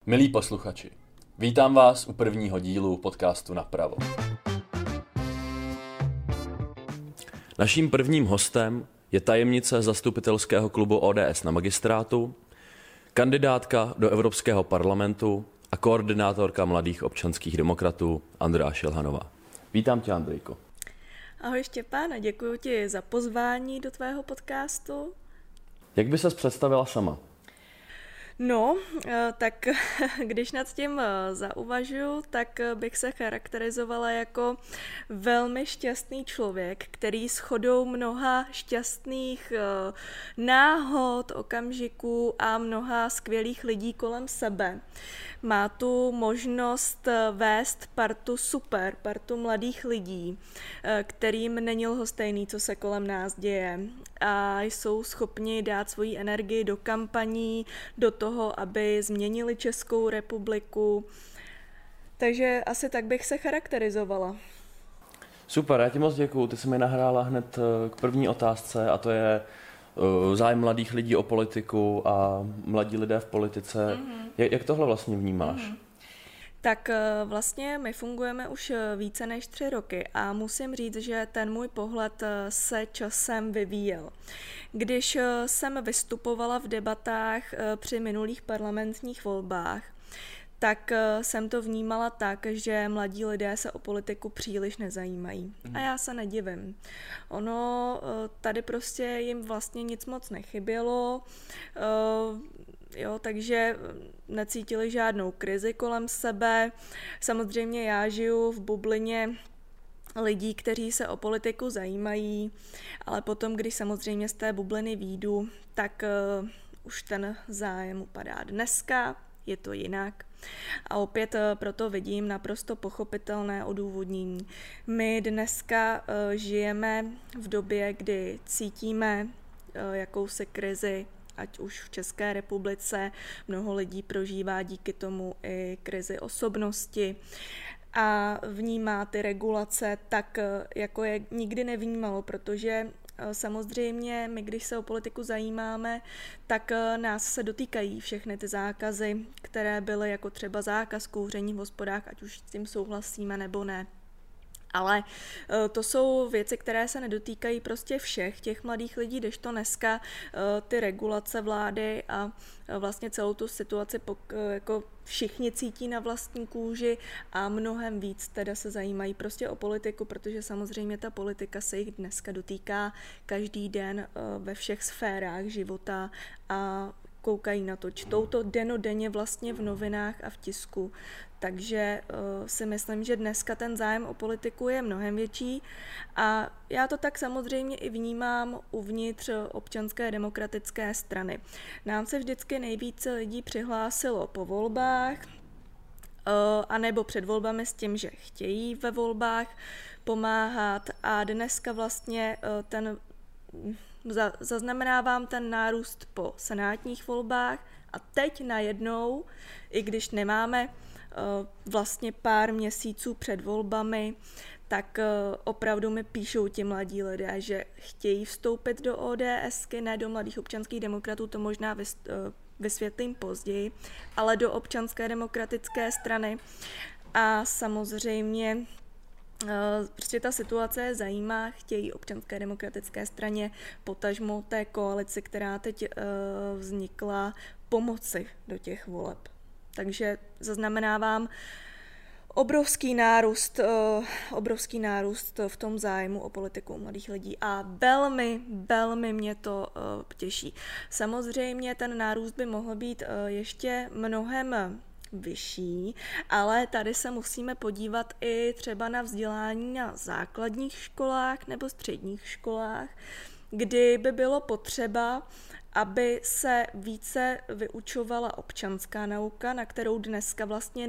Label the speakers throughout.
Speaker 1: Milí posluchači, vítám vás u prvního dílu podcastu Napravo. Naším prvním hostem je tajemnice zastupitelského klubu ODS na magistrátu, kandidátka do Evropského parlamentu a koordinátorka mladých občanských demokratů Andrea Šilhanová. Vítám tě, Andrejko.
Speaker 2: Ahoj Štěpáne, děkuji ti za pozvání do tvého podcastu.
Speaker 1: Jak by ses představila sama?
Speaker 2: No, tak když nad tím zauvažuji, tak bych se charakterizovala jako velmi šťastný člověk, který shodou mnoha šťastných náhod, okamžiků a mnoha skvělých lidí kolem sebe má tu možnost vést partu mladých lidí, kterým není lhostejný, co se kolem nás děje, a jsou schopni dát svoji energii do kampaní, do toho, aby změnili Českou republiku. Takže asi tak bych se charakterizovala.
Speaker 1: Super, já ti moc děkuju. Ty jsi mi nahrála hned k první otázce, a to je zájem mladých lidí o politiku a mladí lidé v politice. Jak tohle vlastně vnímáš?
Speaker 2: Tak vlastně my fungujeme už více než 3 roky a musím říct, že ten můj pohled se časem vyvíjel. Když jsem vystupovala v debatách při minulých parlamentních volbách, tak jsem to vnímala tak, že mladí lidé se o politiku příliš nezajímají. A já se nedivím. Ono tady prostě jim vlastně nic moc nechybělo, takže necítili žádnou krizi kolem sebe. Samozřejmě já žiju v bublině lidí, kteří se o politiku zajímají, ale potom, když samozřejmě z té bubliny výjdu, tak už ten zájem upadá. Dneska je to jinak. A opět proto vidím naprosto pochopitelné odůvodnění. My dneska žijeme v době, kdy cítíme jakousi krizi, ať už v České republice, mnoho lidí prožívá díky tomu i krizi osobnosti a vnímá ty regulace tak, jako je nikdy nevnímalo, protože samozřejmě my, když se o politiku zajímáme, tak nás se dotýkají všechny ty zákazy, které byly jako třeba zákaz kouření v hospodách, ať už s tím souhlasíme nebo ne. Ale to jsou věci, které se nedotýkají prostě všech těch mladých lidí, kdežto dneska ty regulace vlády a vlastně celou tu situaci jako všichni cítí na vlastní kůži a mnohem víc teda se zajímají prostě o politiku, protože samozřejmě ta politika se jich dneska dotýká každý den ve všech sférách života a koukají na to, čtou to dennodenně vlastně v novinách a v tisku. Takže si myslím, že dneska ten zájem o politiku je mnohem větší a já to tak samozřejmě i vnímám uvnitř Občanské demokratické strany. Nám se vždycky nejvíce lidí přihlásilo po volbách anebo před volbami s tím, že chtějí ve volbách pomáhat a dneska vlastně zaznamenávám ten nárůst po senátních volbách a teď najednou, i když nemáme vlastně pár měsíců před volbami, tak opravdu mi píšou ti mladí lidé, že chtějí vstoupit do ODSky, ne do mladých občanských demokratů, to možná vysvětlím později, ale do Občanské demokratické strany. A samozřejmě prostě ta situace je zajímá, chtějí Občanské demokratické straně, potažmo té koalici, která teď vznikla, pomoci do těch voleb. Takže zaznamenávám obrovský nárůst v tom zájmu o politiku mladých lidí a velmi mě to těší. Samozřejmě ten nárůst by mohl být ještě mnohem vyšší, ale tady se musíme podívat i třeba na vzdělání na základních školách nebo středních školách, kdy by bylo potřeba, aby se více vyučovala občanská nauka, na kterou dneska vlastně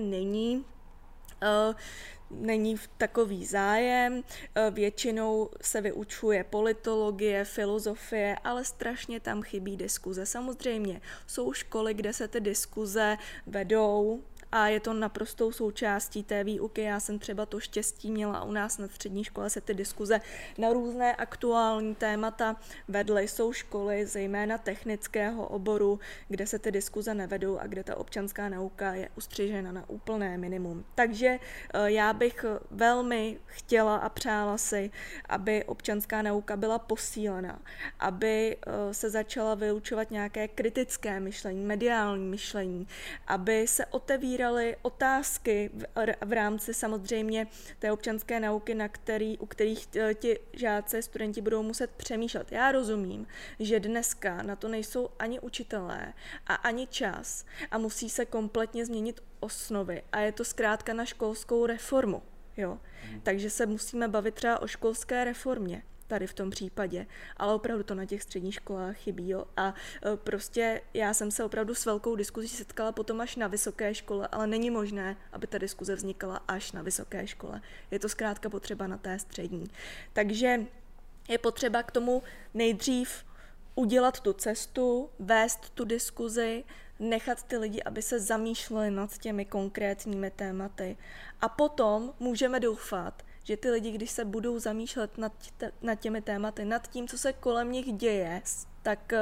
Speaker 2: není takový zájem, většinou se vyučuje politologie, filozofie, ale strašně tam chybí diskuze. Samozřejmě jsou školy, kde se ty diskuze vedou a je to naprostou součástí té výuky. Já jsem třeba to štěstí měla u nás na střední škole, se ty diskuze na různé aktuální témata vedly. Jsou školy, zejména technického oboru, kde se ty diskuze nevedou a kde ta občanská nauka je ustřižena na úplné minimum. Takže já bych velmi chtěla a přála si, aby občanská nauka byla posílena, aby se začala vyučovat nějaké kritické myšlení, mediální myšlení, aby se otevíraly otázky v rámci samozřejmě té občanské nauky, u kterých ti žáci, studenti budou muset přemýšlet. Já rozumím, že dneska na to nejsou ani učitelé a ani čas a musí se kompletně změnit osnovy a je to zkrátka na školskou reformu. Jo? Takže se musíme bavit třeba o školské reformě tady v tom případě, ale opravdu to na těch středních školách chybí. Jo? A prostě já jsem se opravdu s velkou diskuzí setkala potom až na vysoké škole, ale není možné, aby ta diskuze vznikala až na vysoké škole. Je to zkrátka potřeba na té střední. Takže je potřeba k tomu nejdřív udělat tu cestu, vést tu diskuzi, nechat ty lidi, aby se zamýšleli nad těmi konkrétními tématy. A potom můžeme doufat, že ty lidi, když se budou zamýšlet nad těmi tématy, nad tím, co se kolem nich děje, tak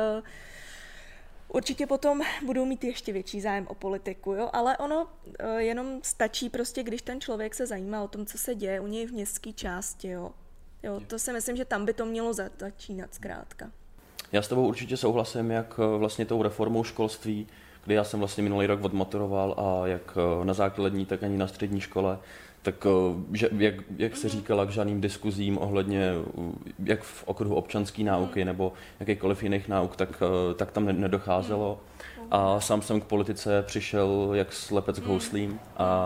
Speaker 2: určitě potom budou mít ještě větší zájem o politiku, jo? Ale ono jenom stačí prostě, když ten člověk se zajímá o tom, co se děje u něj v městské části, jo? Jo, to si myslím, že tam by to mělo začínat zkrátka.
Speaker 1: Já s tebou určitě souhlasím, jak vlastně tou reformou školství, kdy já jsem vlastně minulý rok odmaturoval a jak na základní, tak ani na střední škole, tak jak se říkala, k žádným diskuzím ohledně jak v okruhu občanské náuky nebo jakýchkoliv jiných náuk, tak tam nedocházelo. A sám jsem k politice přišel jak slepec k houslím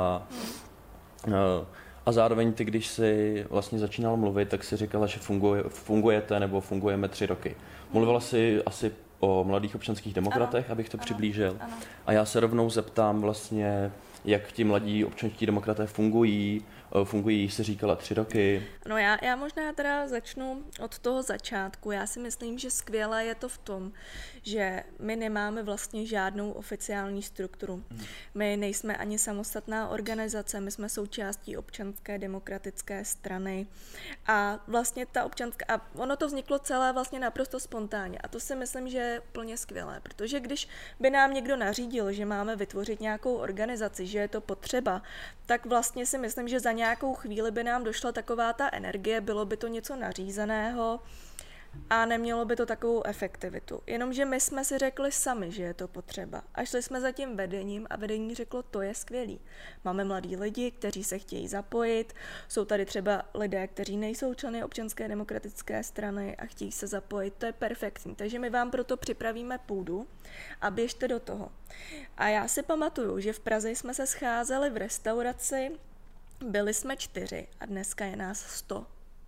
Speaker 1: a zároveň ty, když jsi vlastně začínal mluvit, tak si říkala, že fungujete nebo fungujeme 3 roky. Mluvila jsi asi o mladých občanských demokratech, abych to přiblížil. Ano. A já se rovnou zeptám vlastně, jak ti mladí občanští demokraté fungují, si říkala 3 roky.
Speaker 2: No já možná teda začnu od toho začátku. Já si myslím, že skvělé je to v tom, že my nemáme vlastně žádnou oficiální strukturu. My nejsme ani samostatná organizace, my jsme součástí Občanské demokratické strany a vlastně ta občanská, a ono to vzniklo celé vlastně naprosto spontánně a to si myslím, že je plně skvělé, protože když by nám někdo nařídil, že máme vytvořit nějakou organizaci, že je to potřeba, tak vlastně si myslím, že za nějakou chvíli by nám došla taková ta energie, bylo by to něco nařízeného a nemělo by to takovou efektivitu. Jenomže my jsme si řekli sami, že je to potřeba. A šli jsme za tím vedením a vedení řeklo, to je skvělý. Máme mladí lidi, kteří se chtějí zapojit, jsou tady třeba lidé, kteří nejsou členy Občanské demokratické strany a chtějí se zapojit, to je perfektní. Takže my vám proto připravíme půdu a běžte do toho. A já si pamatuju, že v Praze jsme se scházeli v restauraci, byli jsme 4 a dneska je nás 100,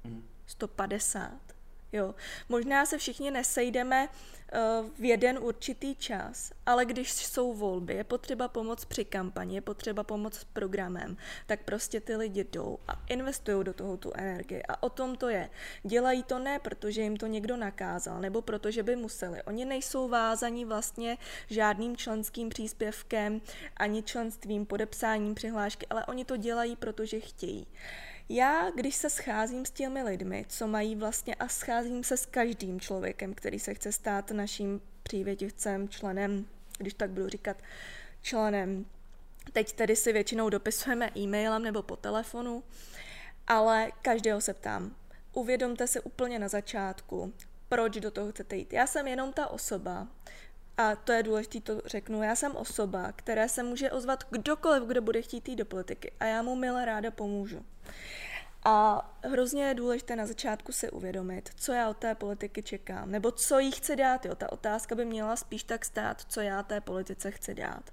Speaker 2: 150. Jo. Možná se všichni nesejdeme v jeden určitý čas, ale když jsou volby, je potřeba pomoct při kampani, je potřeba pomoct s programem, tak prostě ty lidi jdou a investují do toho tu energii. A o tom to je. Dělají to ne, protože jim to někdo nakázal, nebo protože by museli. Oni nejsou vázaní vlastně žádným členským příspěvkem, ani členstvím, podepsáním přihlášky, ale oni to dělají, protože chtějí. Já, když se scházím s těmi lidmi, co mají vlastně a scházím se s každým člověkem, který se chce stát naším přívětivcem, členem, když tak budu říkat, členem. Teď tedy si většinou dopisujeme e-mailem nebo po telefonu, ale každého se ptám. Uvědomte si úplně na začátku, proč do toho chcete jít. Já jsem jenom ta osoba, a to je důležité, to řeknu, já jsem osoba, které se může ozvat kdokoliv, kdo bude chtít jít do politiky a já mu milé ráda pomůžu. A hrozně je důležité na začátku si uvědomit, co já od té politiky čekám, nebo co jí chci dát. Jo? Ta otázka by měla spíš tak stát, co já té politice chci dát.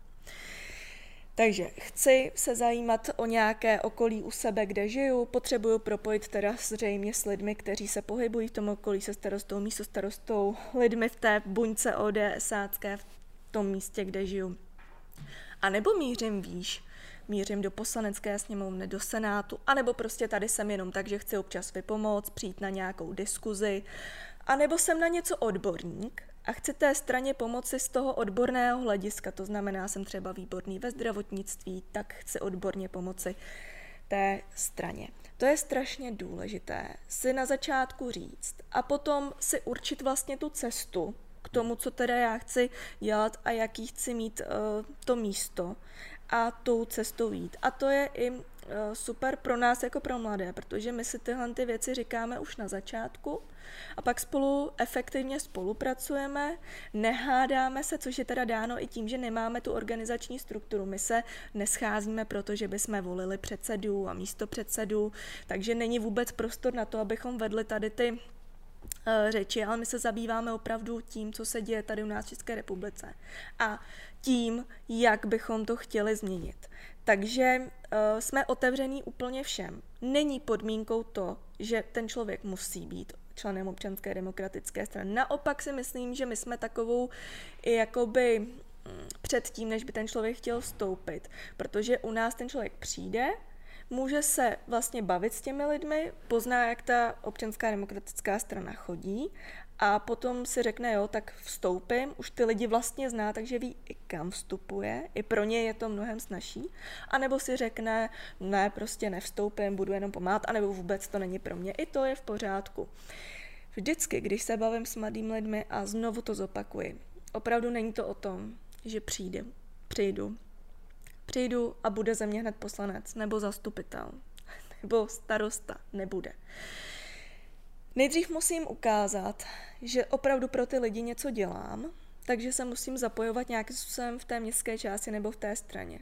Speaker 2: Takže chci se zajímat o nějaké okolí u sebe, kde žiju, potřebuju propojit teda zřejmě s lidmi, kteří se pohybují v tom okolí, se starostou, místostarostou, lidmi v té buňce ODSácké, v tom místě, kde žiju. A nebo mířím výš, mířím do Poslanecké sněmovny, do Senátu, anebo prostě tady jsem jenom tak, že chci občas vypomoct, přijít na nějakou diskuzi, anebo jsem na něco odborník a chci té straně pomoci z toho odborného hlediska, to znamená, jsem třeba výborný ve zdravotnictví, tak chci odborně pomoci té straně. To je strašně důležité si na začátku říct a potom si určit vlastně tu cestu k tomu, co teda já chci dělat a jaký chci mít to místo a tou cestou jít. A to je i super pro nás jako pro mladé, protože my si tyhle ty věci říkáme už na začátku a pak spolu efektivně spolupracujeme, nehádáme se, což je teda dáno i tím, že nemáme tu organizační strukturu. My se nescházíme, protože bychom volili předsedu a místopředsedu, takže není vůbec prostor na to, abychom vedli tady ty řeči, ale my se zabýváme opravdu tím, co se děje tady u nás v České republice a tím, jak bychom to chtěli změnit. Takže jsme otevření úplně všem. Není podmínkou to, že ten člověk musí být členem Občanské demokratické strany. Naopak si myslím, že my jsme takovou i jakoby před tím, než by ten člověk chtěl vstoupit, protože u nás ten člověk přijde, může se vlastně bavit s těmi lidmi, pozná, jak ta Občanská demokratická strana chodí a potom si řekne, jo, tak vstoupím, už ty lidi vlastně zná, takže ví i kam vstupuje, i pro ně je to mnohem snazší, anebo si řekne, ne, prostě nevstoupím, budu jenom pomáhat, anebo vůbec to není pro mě, i to je v pořádku. Vždycky, když se bavím s mladými lidmi a znovu to zopakuji, opravdu není to o tom, že přijdu a bude ze mě hned poslanec, nebo zastupitel, nebo starosta, nebude. Nejdřív musím ukázat, že opravdu pro ty lidi něco dělám, takže se musím zapojovat nějakým způsobem v té městské části nebo v té straně.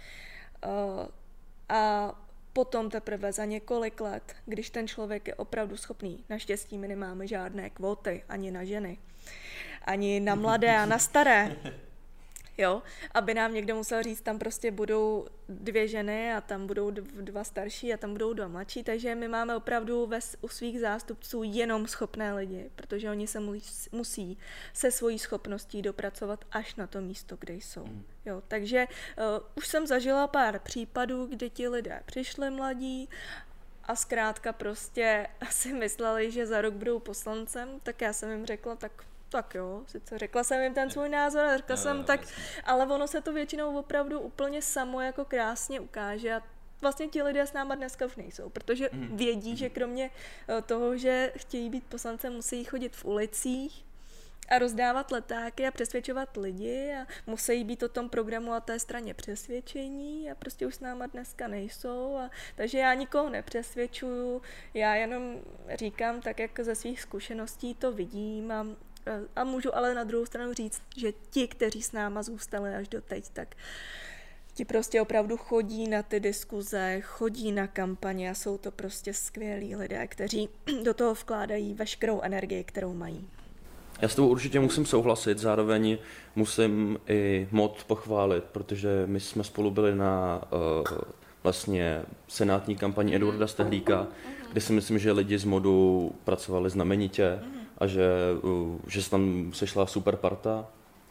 Speaker 2: A potom teprve za několik let, když ten člověk je opravdu schopný, naštěstí my nemáme žádné kvóty, ani na ženy, ani na mladé a na staré, jo, aby nám někdo musel říct, tam prostě budou 2 ženy a tam budou 2 starší a tam budou 2 mladší, takže my máme opravdu u svých zástupců jenom schopné lidi, protože oni se musí se svojí schopností dopracovat až na to místo, kde jsou. Jo, takže už jsem zažila pár případů, kdy ti lidé přišli mladí a zkrátka prostě si mysleli, že za rok budou poslancem, tak já jsem jim řekla, tak jo, sice řekla jsem jim ten svůj názor a řekla jsem tak, ale ono se to většinou opravdu úplně samo jako krásně ukáže a vlastně ti lidé s náma dneska už nejsou, protože vědí, že kromě toho, že chtějí být poslancem, musí chodit v ulicích a rozdávat letáky a přesvědčovat lidi a musí být o tom programu a té straně přesvědčení a prostě už s náma dneska nejsou. Takže já nikoho nepřesvědčuju, já jenom říkám tak, jak ze svých zkušeností to vidím a můžu ale na druhou stranu říct, že ti, kteří s náma zůstali až do teď, tak ti prostě opravdu chodí na ty diskuze, chodí na kampaně a jsou to prostě skvělí lidé, kteří do toho vkládají veškerou energii, kterou mají.
Speaker 1: Já s tebou určitě musím souhlasit, zároveň musím i MOD pochválit, protože my jsme spolu byli na vlastně senátní kampani Eduarda Stehlíka, kde si myslím, že lidi z MODu pracovali znamenitě a že se tam sešla super parta.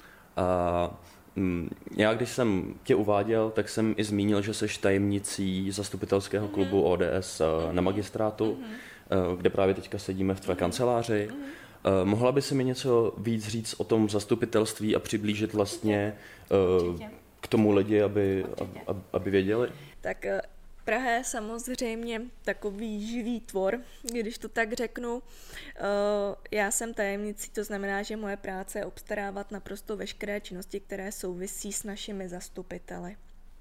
Speaker 1: A já, když jsem tě uváděl, tak jsem i zmínil, že seš tajemnicí zastupitelského klubu ODS na magistrátu, kde právě teďka sedíme v tvé kanceláři. Mohla by si mi něco víc říct o tom zastupitelství a přiblížit vlastně k tomu lidi, aby věděli?
Speaker 2: Tak Praha je samozřejmě takový živý tvor, když to tak řeknu. Já jsem tajemnicí, to znamená, že moje práce je obstarávat naprosto veškeré činnosti, které souvisí s našimi zastupiteli.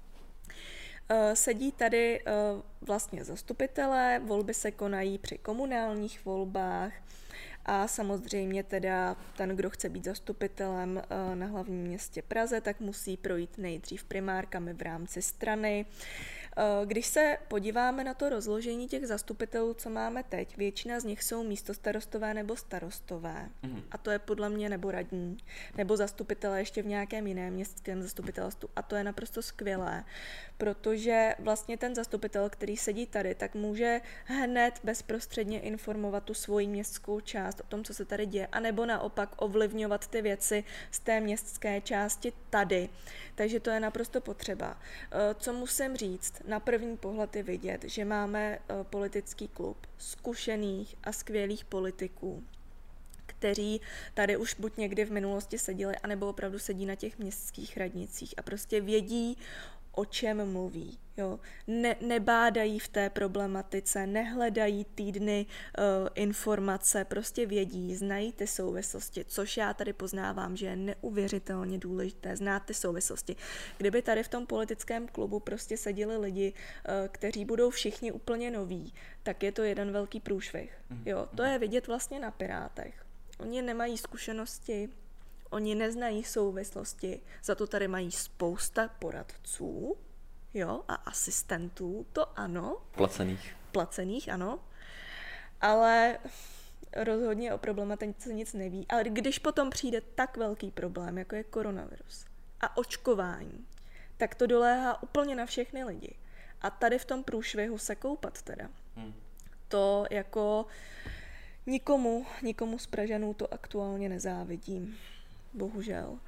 Speaker 2: Sedí tady vlastně zastupitelé, volby se konají při komunálních volbách a samozřejmě teda ten, kdo chce být zastupitelem na hlavním městě Praze, tak musí projít nejdřív primárkami v rámci strany. Když se podíváme na to rozložení těch zastupitelů, co máme teď, většina z nich jsou místostarostové nebo starostové. A to je podle mě nebo radní, nebo zastupitelé ještě v nějakém jiném městském zastupitelstvu. A to je naprosto skvělé, protože vlastně ten zastupitel, který sedí tady, tak může hned bezprostředně informovat tu svoji městskou část o tom, co se tady děje, anebo naopak ovlivňovat ty věci z té městské části tady. Takže to je naprosto potřeba. Co musím říct? Na první pohled je vidět, že máme politický klub zkušených a skvělých politiků, kteří tady už buď někdy v minulosti seděli, anebo opravdu sedí na těch městských radnicích a prostě vědí, o čem mluví. Jo. Nebádají v té problematice, nehledají týdny informace, prostě vědí, znají ty souvislosti, což já tady poznávám, že je neuvěřitelně důležité znát ty souvislosti. Kdyby tady v tom politickém klubu prostě seděli lidi, kteří budou všichni úplně noví, tak je to jeden velký průšvih. Jo. To je vidět vlastně na Pirátech. Oni nemají zkušenosti, oni neznají souvislosti, za to tady mají spousta poradců, jo, a asistentů, to ano. Placených, ano. Ale rozhodně o problematice nic neví. Ale když potom přijde tak velký problém, jako je koronavirus a očkování, tak to doléhá úplně na všechny lidi. A tady v tom průšvihu se koupat teda. To jako nikomu z Pražanů to aktuálně nezávidím. Bohužel.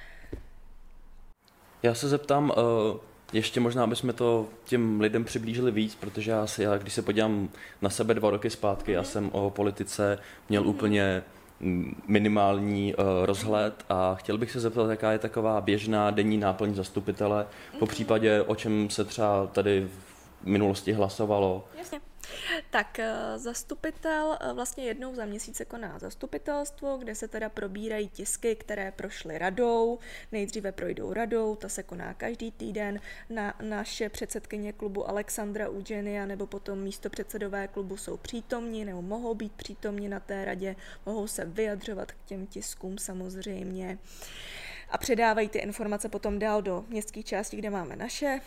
Speaker 1: Já se zeptám, ještě možná, aby jsme to těm lidem přiblížili víc, protože já když se podívám na sebe 2 roky zpátky, já jsem o politice měl úplně minimální rozhled a chtěl bych se zeptat, jaká je taková běžná denní náplň zastupitele, po případě o čem se třeba tady v minulosti hlasovalo.
Speaker 2: Jasně. Tak zastupitel vlastně jednou za měsíc koná zastupitelstvo, kde se teda probírají tisky, které prošly radou. Nejdříve projdou radou, ta se koná každý týden. Naše předsedkyně klubu Alexandra Udženia nebo potom místopředsedové klubu jsou přítomní nebo mohou být přítomní na té radě, mohou se vyjadřovat k těm tiskům samozřejmě. A předávají ty informace potom dál do městských částí, kde máme naše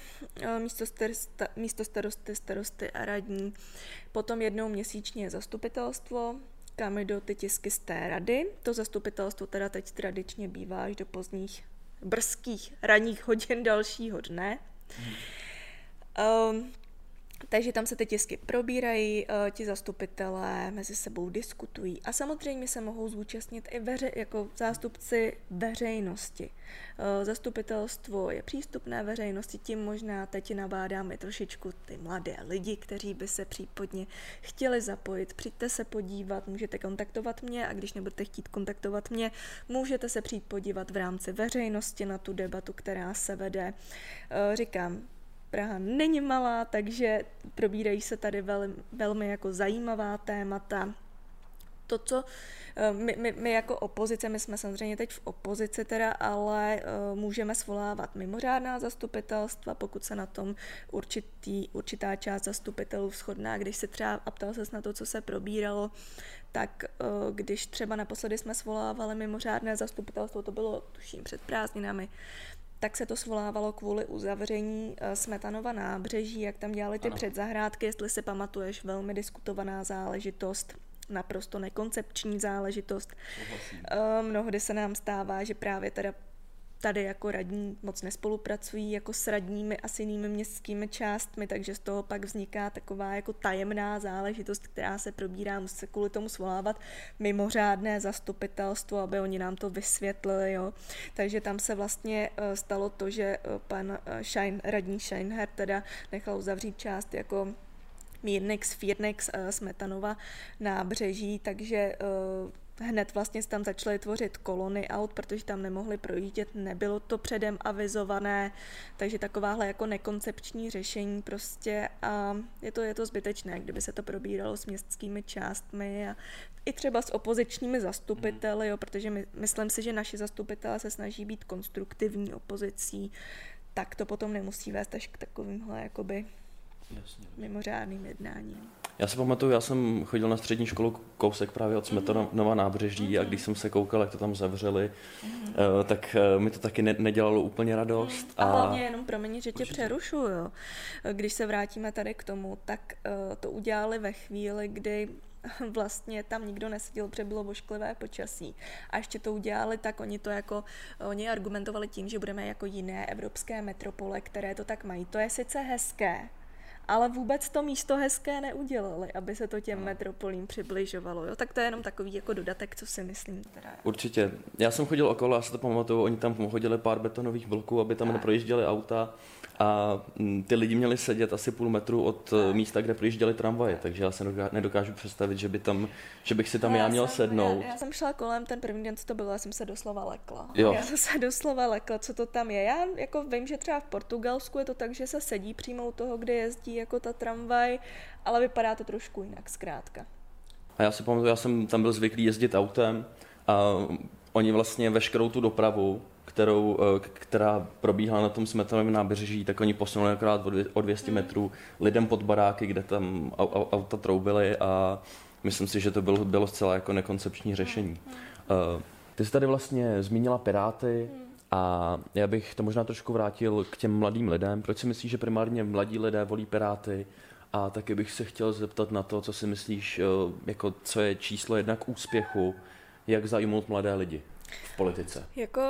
Speaker 2: starosty a radní. Potom jednou měsíčně je zastupitelstvo, kam jdou ty tisky z té rady. To zastupitelstvo teda teď tradičně bývá až do pozdních brzkých ranních hodin dalšího dne. Takže tam se ty tisky probírají, ti zastupitelé mezi sebou diskutují a samozřejmě se mohou zúčastnit i jako zástupci veřejnosti. Zastupitelstvo je přístupné veřejnosti, tím možná teď nabádáme trošičku ty mladé lidi, kteří by se případně chtěli zapojit. Přijďte se podívat, můžete kontaktovat mě a když nebudete chtít kontaktovat mě, můžete se přijít podívat v rámci veřejnosti na tu debatu, která se vede. Říkám, Praha není malá, takže probírají se tady velmi jako zajímavá témata. To, co my jako opozice, my jsme samozřejmě teď v opozici teda, ale můžeme svolávat mimořádná zastupitelstva, pokud se na tom určitá část zastupitelů shodná. Když se třeba, a ptal ses na to, co se probíralo, tak když třeba naposledy jsme svolávali mimořádné zastupitelstvo, to bylo tuším před prázdninami, tak se to svolávalo kvůli uzavření Smetanova nábřeží, jak tam dělali ty předzahrádky, jestli si pamatuješ, velmi diskutovaná záležitost, naprosto nekoncepční záležitost. Mnohdy se nám stává, že právě teda tady jako radní moc nespolupracují jako s radními a s jinými městskými částmi, takže z toho pak vzniká taková jako tajemná záležitost, která se probírá, musí se kvůli tomu svolávat mimořádné zastupitelstvo, aby oni nám to vysvětlili, jo. Takže tam se vlastně stalo to, že pan radní Scheinher teda nechal uzavřít část jako Mírnex, Fírnex, Smetanova nábřeží, takže hned vlastně tam začaly tvořit kolony aut, protože tam nemohli projíždět, nebylo to předem avizované, takže takováhle jako nekoncepční řešení prostě a je to zbytečné, kdyby se to probíralo s městskými částmi a i třeba s opozičními zastupiteli, jo, protože myslím si, že naši zastupitelé se snaží být konstruktivní opozicí, tak to potom nemusí vést až k takovýmhle jakoby mimořádným jednáním.
Speaker 1: Já si pamatuju, já jsem chodil na střední školu kousek právě od Smetanova nábřeží a když jsem se koukal, jak to tam zavřeli, tak mi to taky nedělalo úplně radost.
Speaker 2: A hlavně jenom promiň, že tě přerušuju. Když se vrátíme tady k tomu, tak to udělali ve chvíli, kdy vlastně tam nikdo neseděl, protože bylo ošklivé počasí. A ještě to udělali tak, oni argumentovali tím, že budeme jako jiné evropské metropole, které to tak mají. To je sice hezké, ale vůbec to místo hezké neudělali, aby se to těm metropolím přibližovalo. Jo? Tak to je jenom takový jako dodatek, co si myslím. Teda.
Speaker 1: Určitě. Já jsem chodil okolo, já si to pamatuju, oni tam hodili pár betonových bloků, aby tam neprojížděly auta a ty lidi měli sedět asi půl metru od místa, kde projížděly tramvaje, takže já se nedokážu představit, že bych si tam já měl sednout.
Speaker 2: Já jsem šla kolem, ten první den, co to bylo, já jsem se doslova lekla.
Speaker 1: Jo.
Speaker 2: Já jsem se doslova lekla, co to tam je. Já jako vím, že třeba v Portugalsku je to tak, že se sedí přímo u toho, kde jezdí jako ta tramvaj, ale vypadá to trošku jinak zkrátka.
Speaker 1: A já si pamatuju, já jsem tam byl zvyklý jezdit autem a oni vlastně veškerou tu dopravu, která probíhala na tom Smetanovém nábřeží, tak oni posunuli akorát o 200 metrů lidem pod baráky, kde tam auta troubily a myslím si, že to bylo zcela jako nekoncepční řešení. Ty jsi tady vlastně zmínila Piráty a já bych to možná trošku vrátil k těm mladým lidem. Proč si myslíš, že primárně mladí lidé volí Piráty? A taky bych se chtěl zeptat na to, co si myslíš, jako co je číslo 1 k úspěchu, jak zajmout mladé lidi v politice?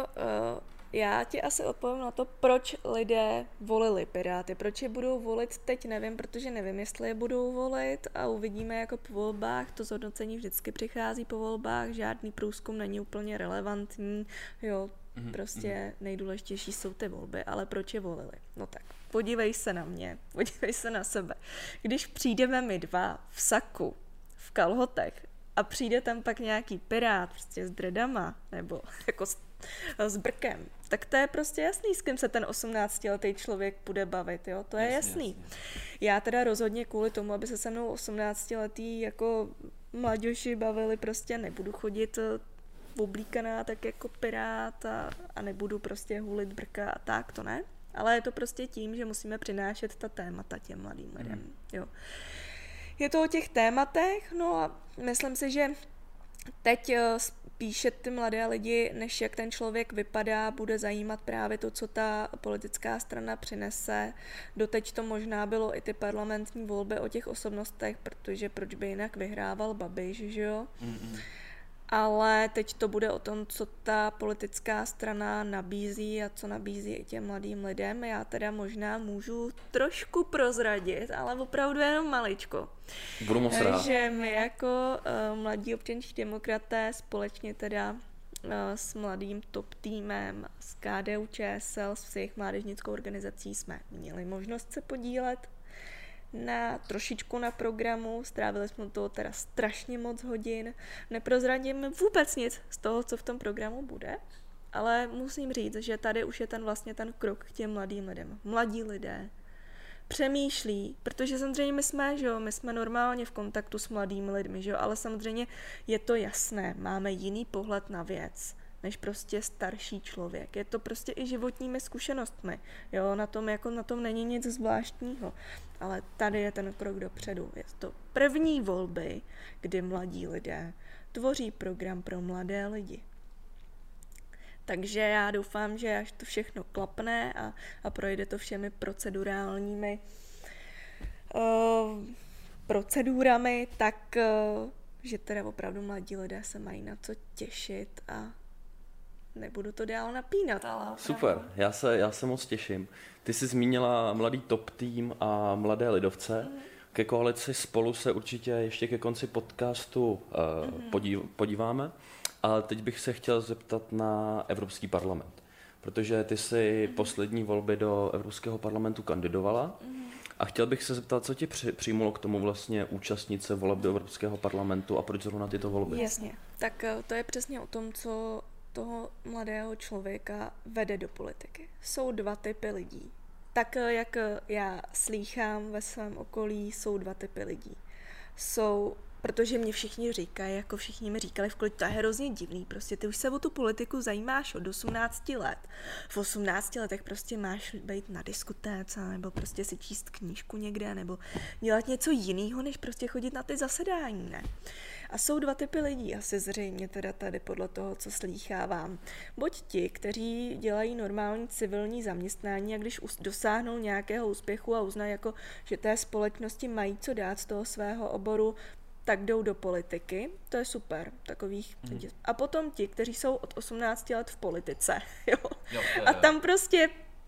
Speaker 2: Já ti asi odpovím na to, proč lidé volili Piráty. Proč je budou volit teď, nevím, protože nevím, jestli je budou volit a uvidíme jako po volbách. To zhodnocení vždycky přichází po volbách, žádný průzkum není úplně relevantní, jo, prostě nejdůležitější jsou ty volby, ale proč je volili? No tak, podívej se na mě, podívej se na sebe. Když přijdeme my dva v saku, v kalhotech a přijde tam pak nějaký pirát prostě s dredama nebo jako s brkem, tak to je prostě jasný, s kým se ten 18letý člověk bude bavit, jo, to je jasný. Já teda rozhodně kvůli tomu, aby se se mnou 18letý jako mladěši bavili, prostě nebudu chodit oblíkaná tak jako pirát a nebudu prostě hulit brka a tak, to ne. Ale je to prostě tím, že musíme přinášet ta témata těm mladým lidem, jo. Je to o těch tématech, no a myslím si, že teď spíše ty mladé lidi, než jak ten člověk vypadá, bude zajímat právě to, co ta politická strana přinese. Doteď to možná bylo i ty parlamentní volby o těch osobnostech, protože proč by jinak vyhrával Babiš, že jo? Ale teď to bude o tom, co ta politická strana nabízí a co nabízí i těm mladým lidem. Já teda možná můžu trošku prozradit, ale opravdu jenom maličko.
Speaker 1: Budu moc rád.
Speaker 2: Že my jako mladí občanští demokraté společně teda s mladým top týmem, s KDU-ČSL, s jejich mládežnickou organizací jsme měli možnost se podílet trošičku na programu, strávili jsme toho teda strašně moc hodin, neprozradíme vůbec nic z toho, co v tom programu bude, ale musím říct, že tady už je ten krok k těm mladým lidem. Mladí lidé přemýšlí, protože samozřejmě my jsme normálně v kontaktu s mladými lidmi, že jo, ale samozřejmě je to jasné, máme jiný pohled na věc, než prostě starší člověk. Je to prostě i životními zkušenostmi. Jo, na tom není nic zvláštního. Ale tady je ten krok dopředu. Je to první volby, kdy mladí lidé tvoří program pro mladé lidi. Takže já doufám, že až to všechno klapne a projde to všemi procedurálními procedurami, tak že teda opravdu mladí lidé se mají na co těšit a nebudu to dál napínat, ale opravdu.
Speaker 1: Super, já se moc těším. Ty jsi zmínila mladý top tým a mladé lidovce. Ke koalici Spolu se určitě ještě ke konci podcastu podíváme. Ale teď bych se chtěl zeptat na Evropský parlament. Protože ty jsi poslední volby do Evropského parlamentu kandidovala. A chtěl bych se zeptat, co tě přijmulo k tomu vlastně účastnit se voleb do Evropského parlamentu a proč zrovna tyto volby?
Speaker 2: Jasně, tak to je přesně o tom, co toho mladého člověka vede do politiky. Jsou dva typy lidí. Tak jak já slýchám ve svém okolí, jsou dva typy lidí. Protože mě všichni říkají, jako všichni mi říkali v kolik, to je hrozně divný, prostě ty už se o tu politiku zajímáš od 18 let. V 18 letech prostě máš být na diskotéce, nebo prostě si číst knížku někde, nebo dělat něco jiného, než prostě chodit na ty zasedání, ne? A jsou dva typy lidí, asi zřejmě teda tady podle toho, co slýchávám. Buď ti, kteří dělají normální civilní zaměstnání a když dosáhnou nějakého úspěchu a uznají, jako, že té společnosti mají co dát z toho svého oboru, tak jdou do politiky, to je super, takových. A potom ti, kteří jsou od 18 let v politice, jo. A tam prostě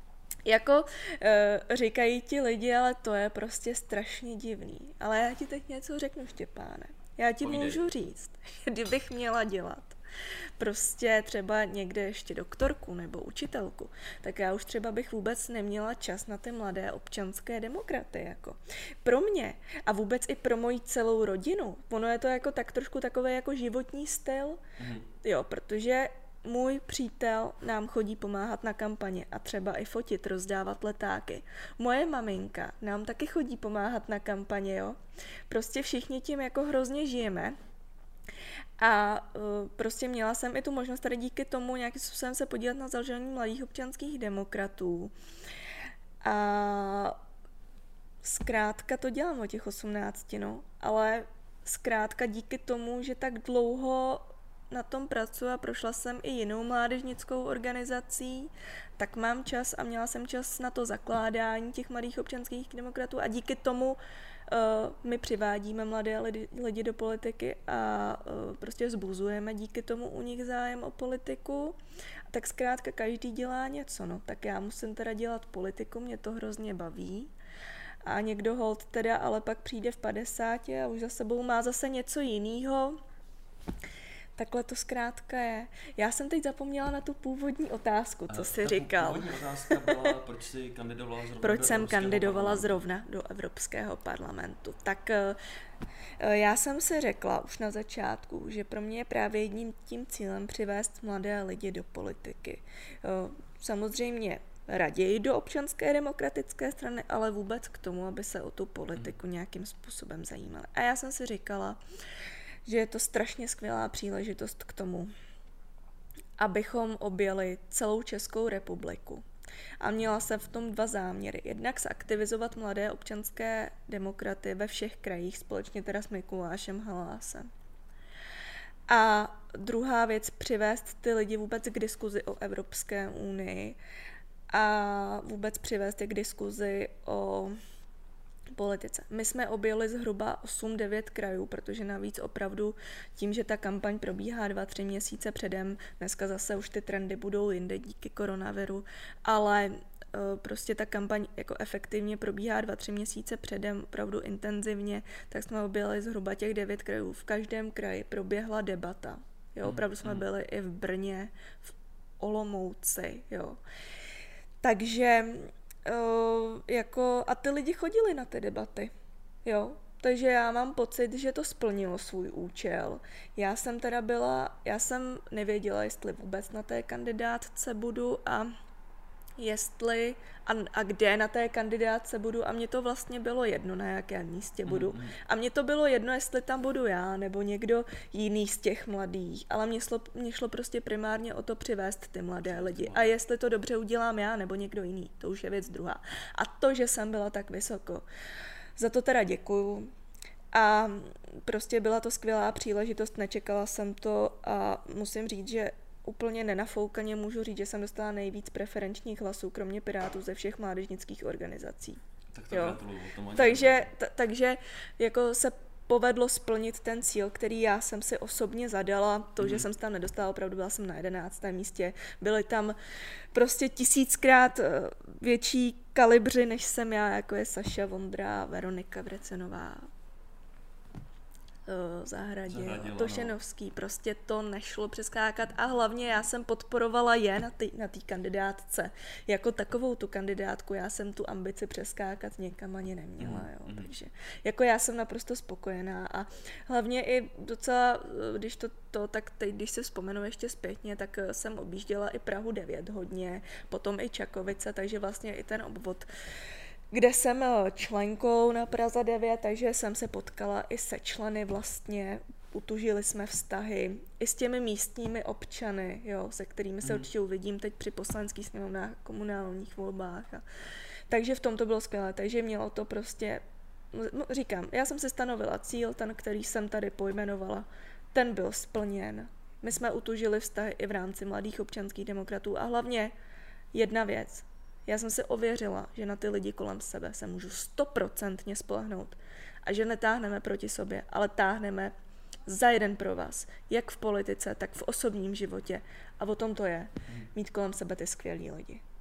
Speaker 2: Jako říkají ti lidi, ale to je prostě strašně divný. Ale já ti teď něco řeknu, Štěpáne. Já ti můžu říct, kdybych měla dělat prostě třeba někde ještě doktorku nebo učitelku, tak já už třeba bych vůbec neměla čas na ty mladé občanské demokraty. Jako. Pro mě a vůbec i pro moji celou rodinu. Ono je to jako tak trošku takové jako životní styl. Jo, protože můj přítel nám chodí pomáhat na kampaně a třeba i fotit, rozdávat letáky. Moje maminka nám taky chodí pomáhat na kampaně, jo. Prostě všichni tím jako hrozně žijeme. A prostě měla jsem i tu možnost tady díky tomu nějakým způsobem se podílet na založení mladých občanských demokratů. A zkrátka to dělám od těch 18, no. Ale zkrátka díky tomu, že tak dlouho na tom pracuji a prošla jsem i jinou mládežnickou organizací, tak mám čas a měla jsem čas na to zakládání těch mladých občanských demokratů a díky tomu my přivádíme mladé lidi do politiky a prostě vzbuzujeme díky tomu u nich zájem o politiku. Tak zkrátka každý dělá něco, no. Tak já musím teda dělat politiku, mě to hrozně baví. A někdo holt teda ale pak přijde v 50 a už za sebou má zase něco jiného. Takhle to zkrátka je. Já jsem teď zapomněla na tu původní otázku, co jsi říkal.
Speaker 1: Původní otázka byla, proč jsi kandidovala zrovna
Speaker 2: proč jsem kandidovala zrovna do Evropského parlamentu. Tak já jsem si řekla už na začátku, že pro mě je právě jedním tím cílem přivést mladé lidi do politiky. Samozřejmě raději do občanské demokratické strany, ale vůbec k tomu, aby se o tu politiku nějakým způsobem zajímali. A já jsem si říkala, že je to strašně skvělá příležitost k tomu, abychom objeli celou Českou republiku. A měla jsem v tom dva záměry. Jednak zaktivizovat mladé občanské demokraty ve všech krajích, společně teda s Mikulášem Halásem. A druhá věc, přivést ty lidi vůbec k diskuzi o Evropské unii a vůbec přivést je k diskuzi o politice. My jsme objeli zhruba 8-9 krajů, protože navíc opravdu tím, že ta kampaň probíhá 2-3 měsíce předem, dneska zase už ty trendy budou jinde díky koronaviru, ale prostě ta kampaň jako efektivně probíhá 2-3 měsíce předem, opravdu intenzivně, tak jsme objeli zhruba těch 9 krajů. V každém kraji proběhla debata. Jo, opravdu jsme byli i v Brně, v Olomouci, jo. Takže a ty lidi chodili na ty debaty, jo. Takže já mám pocit, že to splnilo svůj účel. Já jsem nevěděla, jestli vůbec na té kandidátce budu a jestli a kde na té kandidátce budu a mně to vlastně bylo jedno, na jakém místě budu. A mně to bylo jedno, jestli tam budu já nebo někdo jiný z těch mladých, ale mě šlo prostě primárně o to přivést ty mladé lidi. A jestli to dobře udělám já nebo někdo jiný, to už je věc druhá. A to, že jsem byla tak vysoko, za to teda děkuju. A prostě byla to skvělá příležitost, nečekala jsem to a musím říct, že úplně nenafoukaně můžu říct, že jsem dostala nejvíc preferenčních hlasů, kromě Pirátů, ze všech mládežnických organizací.
Speaker 1: Tak to gratuluju.
Speaker 2: Takže jako se povedlo splnit ten cíl, který já jsem si osobně zadala. To, že jsem se tam nedostala, opravdu byla jsem na 11. místě. Byly tam prostě 1000krát větší kalibři, než jsem já, jako je Saša Vondra, Veronika Vrecenová, Zahradil, Tošenovský, prostě to nešlo přeskákat a hlavně já jsem podporovala je na té kandidátce. Jako takovou tu kandidátku, já jsem tu ambici přeskákat někam ani neměla, jo. Takže jako já jsem naprosto spokojená a hlavně i docela, tak teď, když si vzpomenu ještě zpětně, tak jsem objížděla i Prahu 9 hodně, potom i Čakovice, takže vlastně i ten obvod, kde jsem členkou na Praze 9, takže jsem se potkala i se členy vlastně, utužili jsme vztahy i s těmi místními občany, jo, se kterými se určitě uvidím teď při poslaneckých sněmovnách, komunálních volbách. Takže v tom to bylo skvělé, takže mělo to prostě, říkám, já jsem si stanovila cíl, ten, který jsem tady pojmenovala, ten byl splněn. My jsme utužili vztahy i v rámci mladých občanských demokratů a hlavně jedna věc, já jsem si ověřila, že na ty lidi kolem sebe se můžu 100% spolehnout a že netáhneme proti sobě, ale táhneme za jeden pro vás, jak v politice, tak v osobním životě. A o tom to je, mít kolem sebe ty skvělý lidi.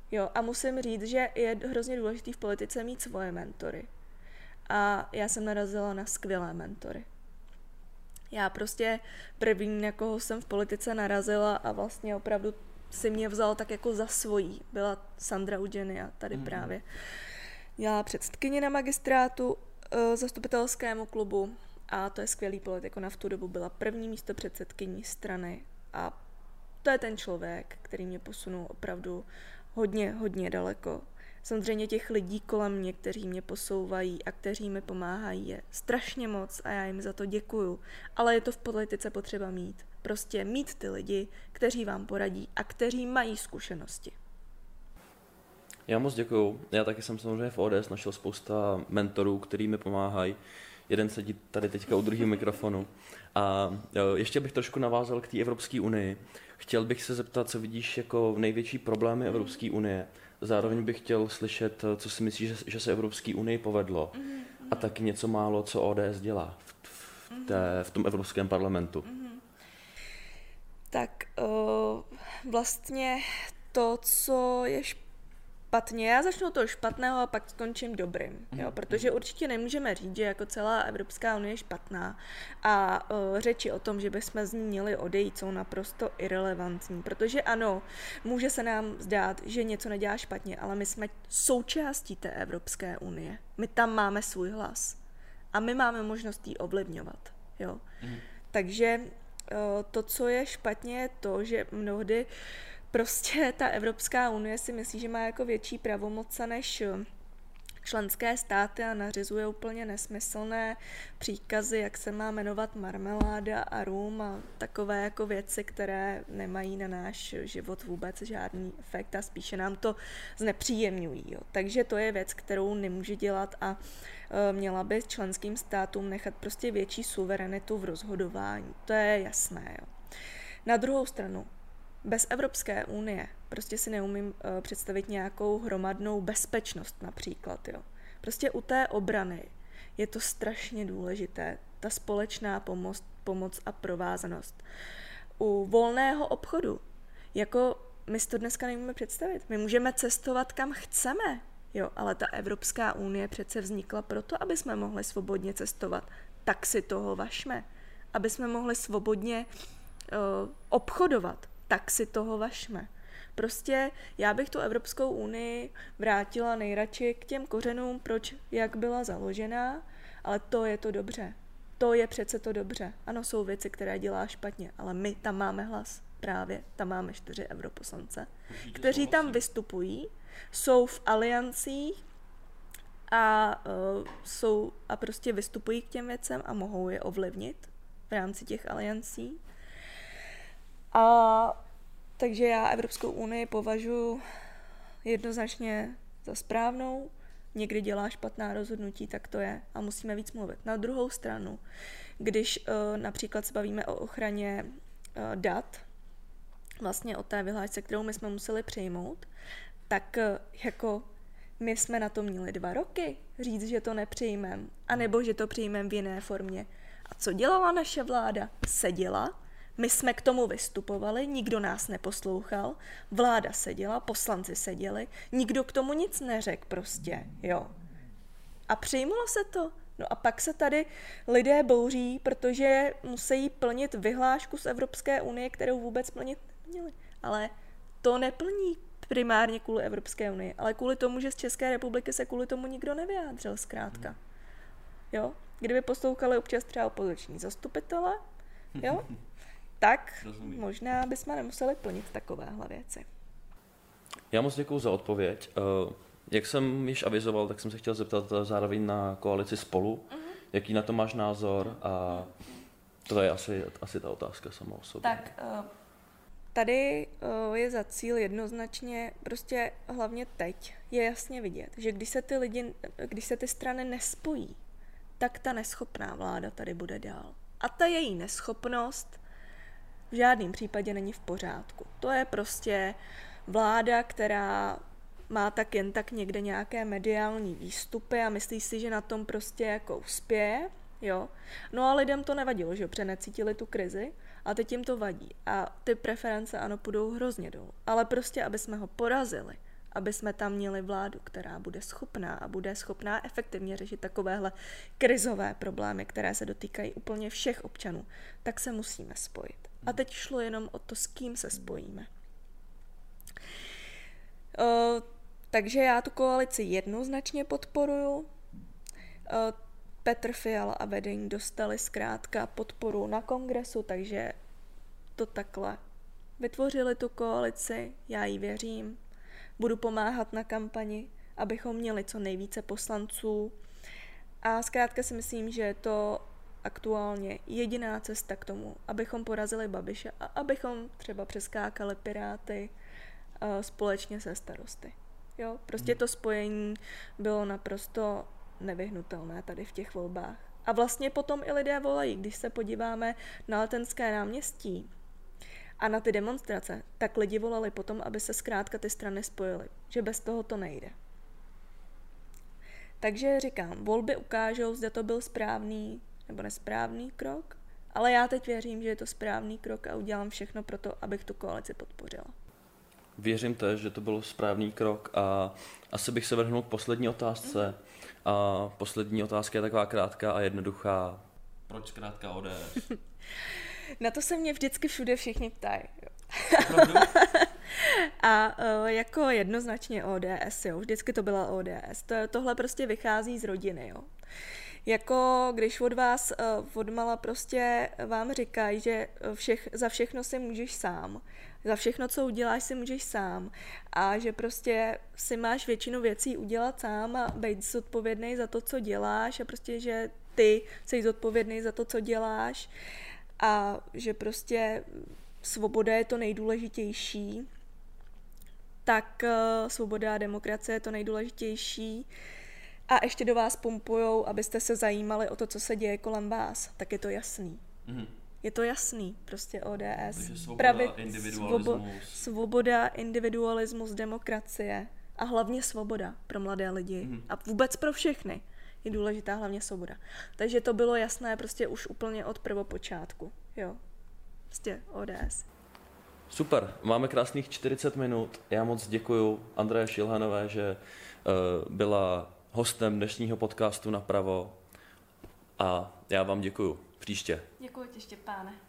Speaker 2: Jo, a musím říct, že je hrozně důležitý v politice mít svoje mentory. A já jsem narazila na skvělé mentory. Já prostě první, na koho jsem v politice narazila a vlastně opravdu si mě vzal tak jako za svojí, byla Sandra Eugenia tady právě. Dělala předsedkyni na magistrátu zastupitelskému klubu a to je skvělý politik. Ona v tu dobu byla první místopředsedkyní strany a to je ten člověk, který mě posunul opravdu hodně, hodně daleko. Samozřejmě těch lidí kolem mě, kteří mě posouvají a kteří mi pomáhají, je strašně moc a já jim za to děkuju. Ale je to v politice potřeba mít. Prostě mít ty lidi, kteří vám poradí a kteří mají zkušenosti.
Speaker 1: Já moc děkuju. Já taky jsem samozřejmě v ODS našel spousta mentorů, kteří mi pomáhají. Jeden sedí tady teďka u druhého mikrofonu. A ještě bych trošku navázal k té Evropské unii. Chtěl bych se zeptat, co vidíš jako největší problémy Evropské unie. Zároveň bych chtěl slyšet, co si myslíš, že se Evropské unii povedlo. A taky něco málo, co ODS dělá v tom Evropském parlamentu.
Speaker 2: Tak vlastně to, co je špatně, já začnu toho špatného a pak skončím dobrým, jo, protože určitě nemůžeme říct, že jako celá Evropská unie je špatná a řeči o tom, že bychom z ní měli odejít, jsou naprosto irelevantní, protože ano, může se nám zdát, že něco nedělá špatně, ale my jsme součástí té Evropské unie, my tam máme svůj hlas a my máme možnost ji ovlivňovat, jo. Takže to, co je špatně, je to, že mnohdy prostě ta Evropská unie si myslí, že má jako větší pravomoce než členské státy a nařizuje úplně nesmyslné příkazy, jak se má jmenovat marmeláda a rum a takové jako věci, které nemají na náš život vůbec žádný efekt a spíše nám to znepříjemňují. Jo. Takže to je věc, kterou nemůže dělat a měla by členským státům nechat prostě větší suverenitu v rozhodování. To je jasné. Jo. Na druhou stranu, bez Evropské unie prostě si neumím představit nějakou hromadnou bezpečnost například. Jo. Prostě u té obrany je to strašně důležité, ta společná pomoc a provázanost. U volného obchodu, jako my si to dneska nemůžeme představit. My můžeme cestovat kam chceme, jo, ale ta Evropská unie přece vznikla proto, aby jsme mohli svobodně cestovat. Tak si toho važme. Aby jsme mohli svobodně obchodovat. Tak si toho važme. Prostě já bych tu Evropskou unii vrátila nejradši k těm kořenům, jak byla založená, ale to je to dobře. To je přece to dobře. Ano, jsou věci, které dělá špatně, ale my tam máme hlas. Právě tam máme 4 europoslance, kteří tam vystupují, jsou v aliancích a prostě vystupují k těm věcem a mohou je ovlivnit v rámci těch aliancí. A takže já Evropskou unii považuji jednoznačně za správnou. Někdy dělá špatná rozhodnutí, tak to je a musíme víc mluvit. Na druhou stranu, když například se bavíme o ochraně dat, vlastně o té vyhlášce, kterou my jsme museli přijmout, tak jako my jsme na to měli 2 roky říct, že to nepřijmeme, anebo že to přijmeme v jiné formě. A co dělala naše vláda? Seděla, my jsme k tomu vystupovali, nikdo nás neposlouchal, vláda seděla, poslanci seděli, nikdo k tomu nic neřekl prostě, jo. A přijmulo se to. No a pak se tady lidé bouří, protože musí plnit vyhlášku z Evropské unie, kterou vůbec plnit neměli. Ale to neplní primárně kvůli Evropské unii, ale kvůli tomu, že z České republiky se kvůli tomu nikdo nevyjádřil zkrátka. Jo? Kdyby poslouchali občas třeba opoziční zastupitele, jo? Tak možná bychom nemuseli plnit takovéhle věci.
Speaker 1: Já moc děkuju za odpověď. Jak jsem již avizoval, tak jsem se chtěl zeptat zároveň na koalici Spolu. Jaký na to máš názor? A to je asi ta otázka sama o sobě.
Speaker 2: Tak tady je za cíl jednoznačně, prostě hlavně teď, je jasně vidět, že když se ty strany nespojí, tak ta neschopná vláda tady bude dál. A ta její neschopnost v žádném případě není v pořádku. To je prostě vláda, která má tak jen tak někde nějaké mediální výstupy a myslí si, že na tom prostě jako uspěje, jo. No a lidem to nevadilo, že protože necítili tu krizi a teď jim to vadí. A ty preference ano půjdou hrozně dolů. Ale prostě, aby jsme ho porazili, aby jsme tam měli vládu, která bude schopná a bude schopná efektivně řešit takovéhle krizové problémy, které se dotýkají úplně všech občanů, tak se musíme spojit. A teď šlo jenom o to, s kým se spojíme. Takže já tu koalici jednoznačně podporuju. Petr Fiala a vedení dostali zkrátka podporu na kongresu, takže to takhle vytvořili tu koalici, já jí věřím. Budu pomáhat na kampani, abychom měli co nejvíce poslanců. A zkrátka si myslím, že je to aktuálně jediná cesta k tomu, abychom porazili Babiše a abychom třeba přeskákali Piráty společně se Starosty. Jo, prostě to spojení bylo naprosto nevyhnutelné tady v těch volbách. A vlastně potom i lidé volají, když se podíváme na Letenské náměstí a na ty demonstrace, tak lidi volali potom, aby se zkrátka ty strany spojily, že bez toho to nejde. Takže říkám, volby ukážou, zda to byl správný nebo nesprávný krok, ale já teď věřím, že je to správný krok a udělám všechno pro to, abych tu koalici podpořila.
Speaker 1: Věřím tež, že to byl správný krok a asi bych se vrhnul k poslední otázce. A poslední otázka je taková krátká a jednoduchá. Proč zkrátka ODS?
Speaker 2: Na to se mě vždycky všude všichni ptají. A jako jednoznačně ODS, jo. Vždycky to byla ODS. Tohle prostě vychází z rodiny, jo. Jako když od vás odmala prostě vám říkají, že za všechno si můžeš sám. Za všechno, co uděláš, si můžeš sám. A že prostě si máš většinu věcí udělat sám a být zodpovědný za to, co děláš a prostě, že ty jsi zodpovědný za to, co děláš a že prostě svoboda je to nejdůležitější, tak svoboda a demokracie je to nejdůležitější a ještě do vás pumpujou, abyste se zajímali o to, co se děje kolem vás, tak je to jasný. Mm-hmm. Je to jasný, prostě ODS.
Speaker 1: Takže svoboda, individualismus.
Speaker 2: Svoboda, individualismus, demokracie a hlavně svoboda pro mladé lidi a vůbec pro všechny je důležitá hlavně svoboda. Takže to bylo jasné prostě už úplně od prvopočátku, jo. Prostě ODS.
Speaker 1: Super, máme krásných 40 minut. Já moc děkuju Andreje Šilhanové, že byla hostem dnešního podcastu Napravo a já vám děkuju. Příště.
Speaker 2: Děkuji tě, Štěpáne.